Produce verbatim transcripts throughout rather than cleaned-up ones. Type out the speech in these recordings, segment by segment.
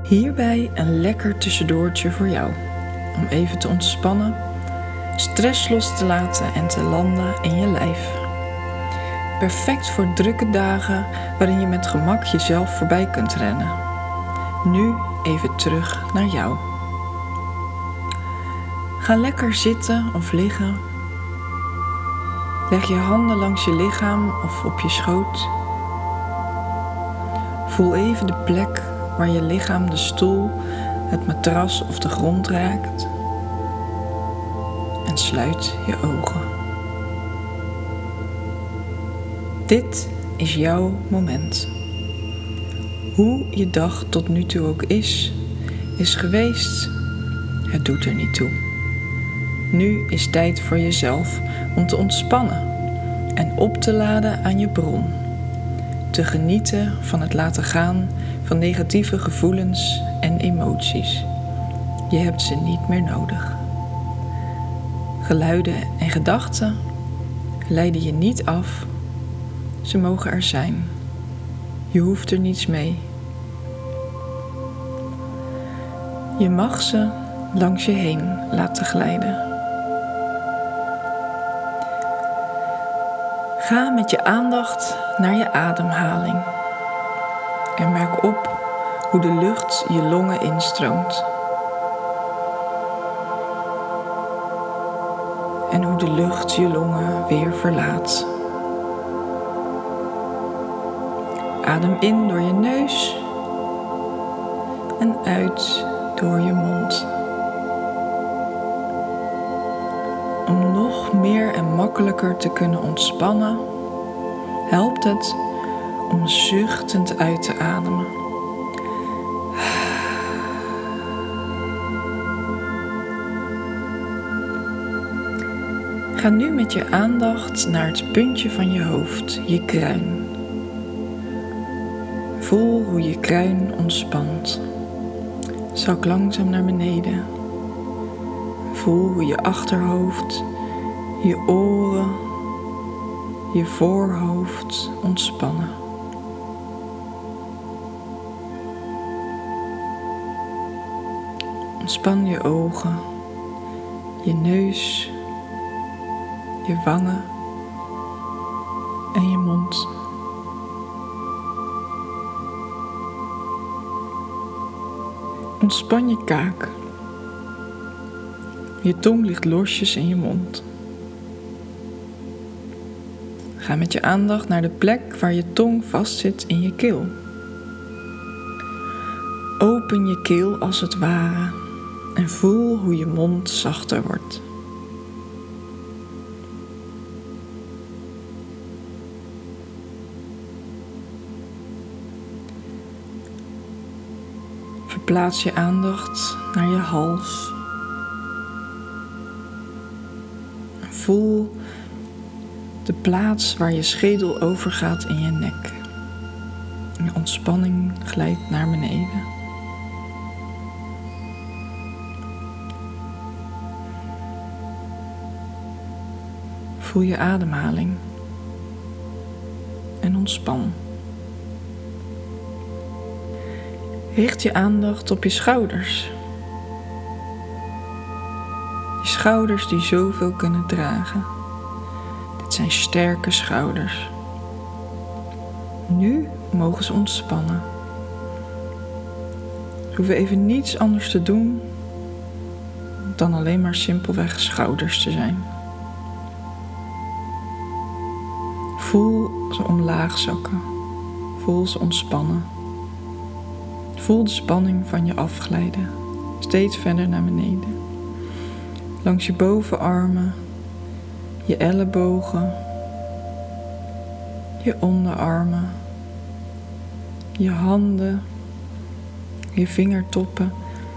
Hierbij een lekker tussendoortje voor jou, om even te ontspannen, stress los te laten en te landen in je lijf. Perfect voor drukke dagen waarin je met gemak jezelf voorbij kunt rennen. Nu even terug naar jou. Ga lekker zitten of liggen. Leg je handen langs je lichaam of op je schoot. Voel even de plek waar je lichaam de stoel, het matras of de grond raakt. En sluit je ogen. Dit is jouw moment. Hoe je dag tot nu toe ook is, is geweest, het doet er niet toe. Nu is tijd voor jezelf om te ontspannen en op te laden aan je bron. Te genieten van het laten gaan van negatieve gevoelens en emoties. Je hebt ze niet meer nodig. Geluiden en gedachten leiden je niet af. Ze mogen er zijn. Je hoeft er niets mee. Je mag ze langs je heen laten glijden. Ga met je aandacht naar je ademhaling en merk op hoe de lucht je longen instroomt en hoe de lucht je longen weer verlaat. Adem in door je neus en uit door je mond. Om nog meer en makkelijker te kunnen ontspannen, helpt het om zuchtend uit te ademen. Ga nu met je aandacht naar het puntje van je hoofd, je kruin. Voel hoe je kruin ontspant. Zak langzaam naar beneden. Voel hoe je achterhoofd, je oren, je voorhoofd ontspannen. Ontspan je ogen, je neus, je wangen en je mond. Ontspan je kaak. Je tong ligt losjes in je mond. Ga met je aandacht naar de plek waar je tong vastzit in je keel. Open je keel als het ware en voel hoe je mond zachter wordt. Verplaats je aandacht naar je hals. En voel de plaats waar je schedel overgaat in je nek. En de ontspanning glijdt naar beneden. Voel je ademhaling. En ontspan. Richt je aandacht op je schouders. Je schouders die zoveel kunnen dragen. Dit zijn sterke schouders. Nu mogen ze ontspannen. Ze hoeven even niets anders te doen dan alleen maar simpelweg schouders te zijn. Voel ze omlaag zakken. Voel ze ontspannen. Voel de spanning van je afglijden, steeds verder naar beneden. Langs je bovenarmen, je ellebogen, je onderarmen, je handen, je vingertoppen.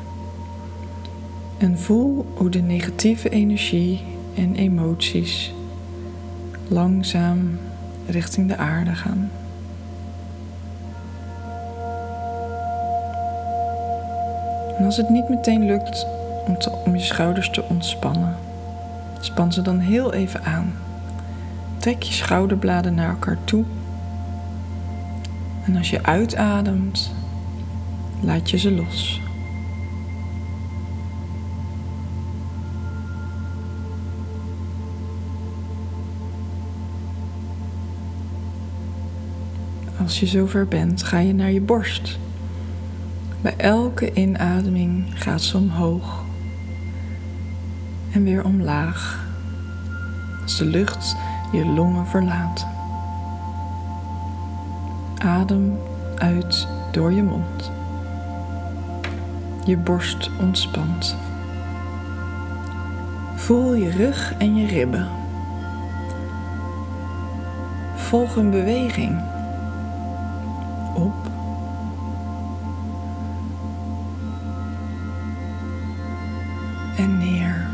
En voel hoe de negatieve energie en emoties langzaam richting de aarde gaan. En als het niet meteen lukt om, te, om je schouders te ontspannen, span ze dan heel even aan. Trek je schouderbladen naar elkaar toe. En als je uitademt, laat je ze los. Als je zover bent, ga je naar je borst. Bij elke inademing gaat ze omhoog en weer omlaag, als de lucht je longen verlaat. Adem uit door je mond. Je borst ontspant. Voel je rug en je ribben. Volg een beweging. Op. En neer.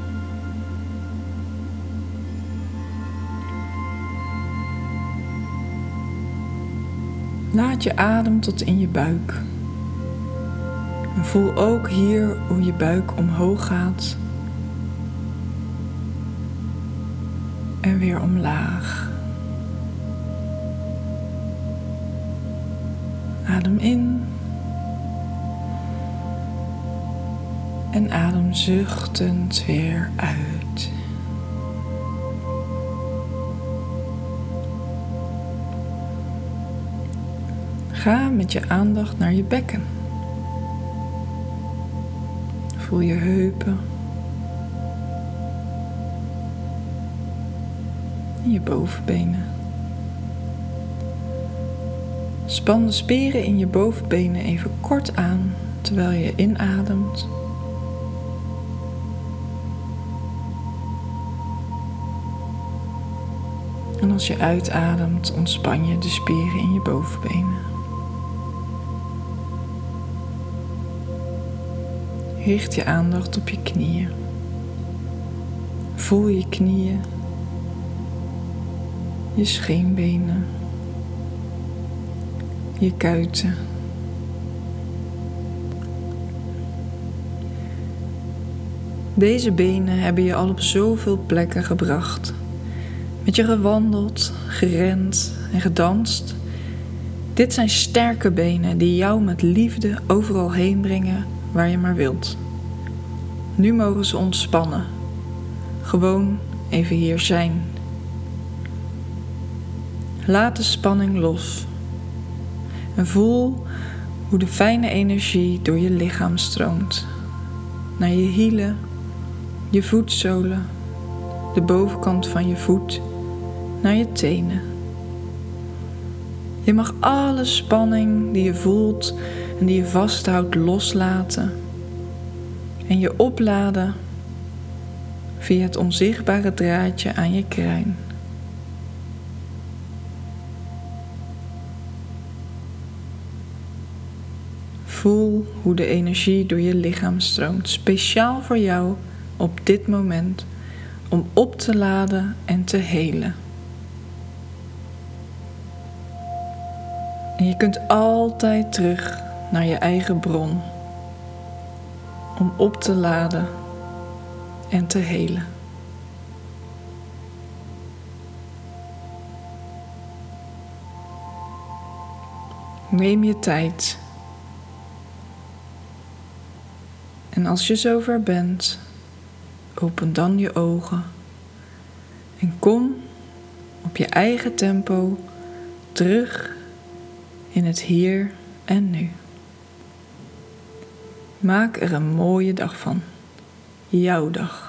Laat je adem tot in je buik. En voel ook hier hoe je buik omhoog gaat. En weer omlaag. Adem in. En adem zuchtend weer uit. Ga met je aandacht naar je bekken. Voel je heupen. En je bovenbenen. Span de spieren in je bovenbenen even kort aan terwijl je inademt. En als je uitademt, ontspan je de spieren in je bovenbenen. Richt je aandacht op je knieën. Voel je knieën, je scheenbenen, je kuiten. Deze benen hebben je al op zoveel plekken gebracht. Met je gewandeld, gerend en gedanst. Dit zijn sterke benen die jou met liefde overal heen brengen waar je maar wilt. Nu mogen ze ontspannen. Gewoon even hier zijn. Laat de spanning los. En voel hoe de fijne energie door je lichaam stroomt. Naar je hielen, je voetzolen, de bovenkant van je voet, naar je tenen. Je mag alle spanning die je voelt en die je vasthoudt loslaten en je opladen via het onzichtbare draadje aan je kruin. Voel hoe de energie door je lichaam stroomt, speciaal voor jou op dit moment, om op te laden en te helen. En je kunt altijd terug naar je eigen bron, om op te laden en te helen. Neem je tijd. En als je zover bent, open dan je ogen en kom op je eigen tempo terug in het hier en nu. Maak er een mooie dag van. Jouw dag.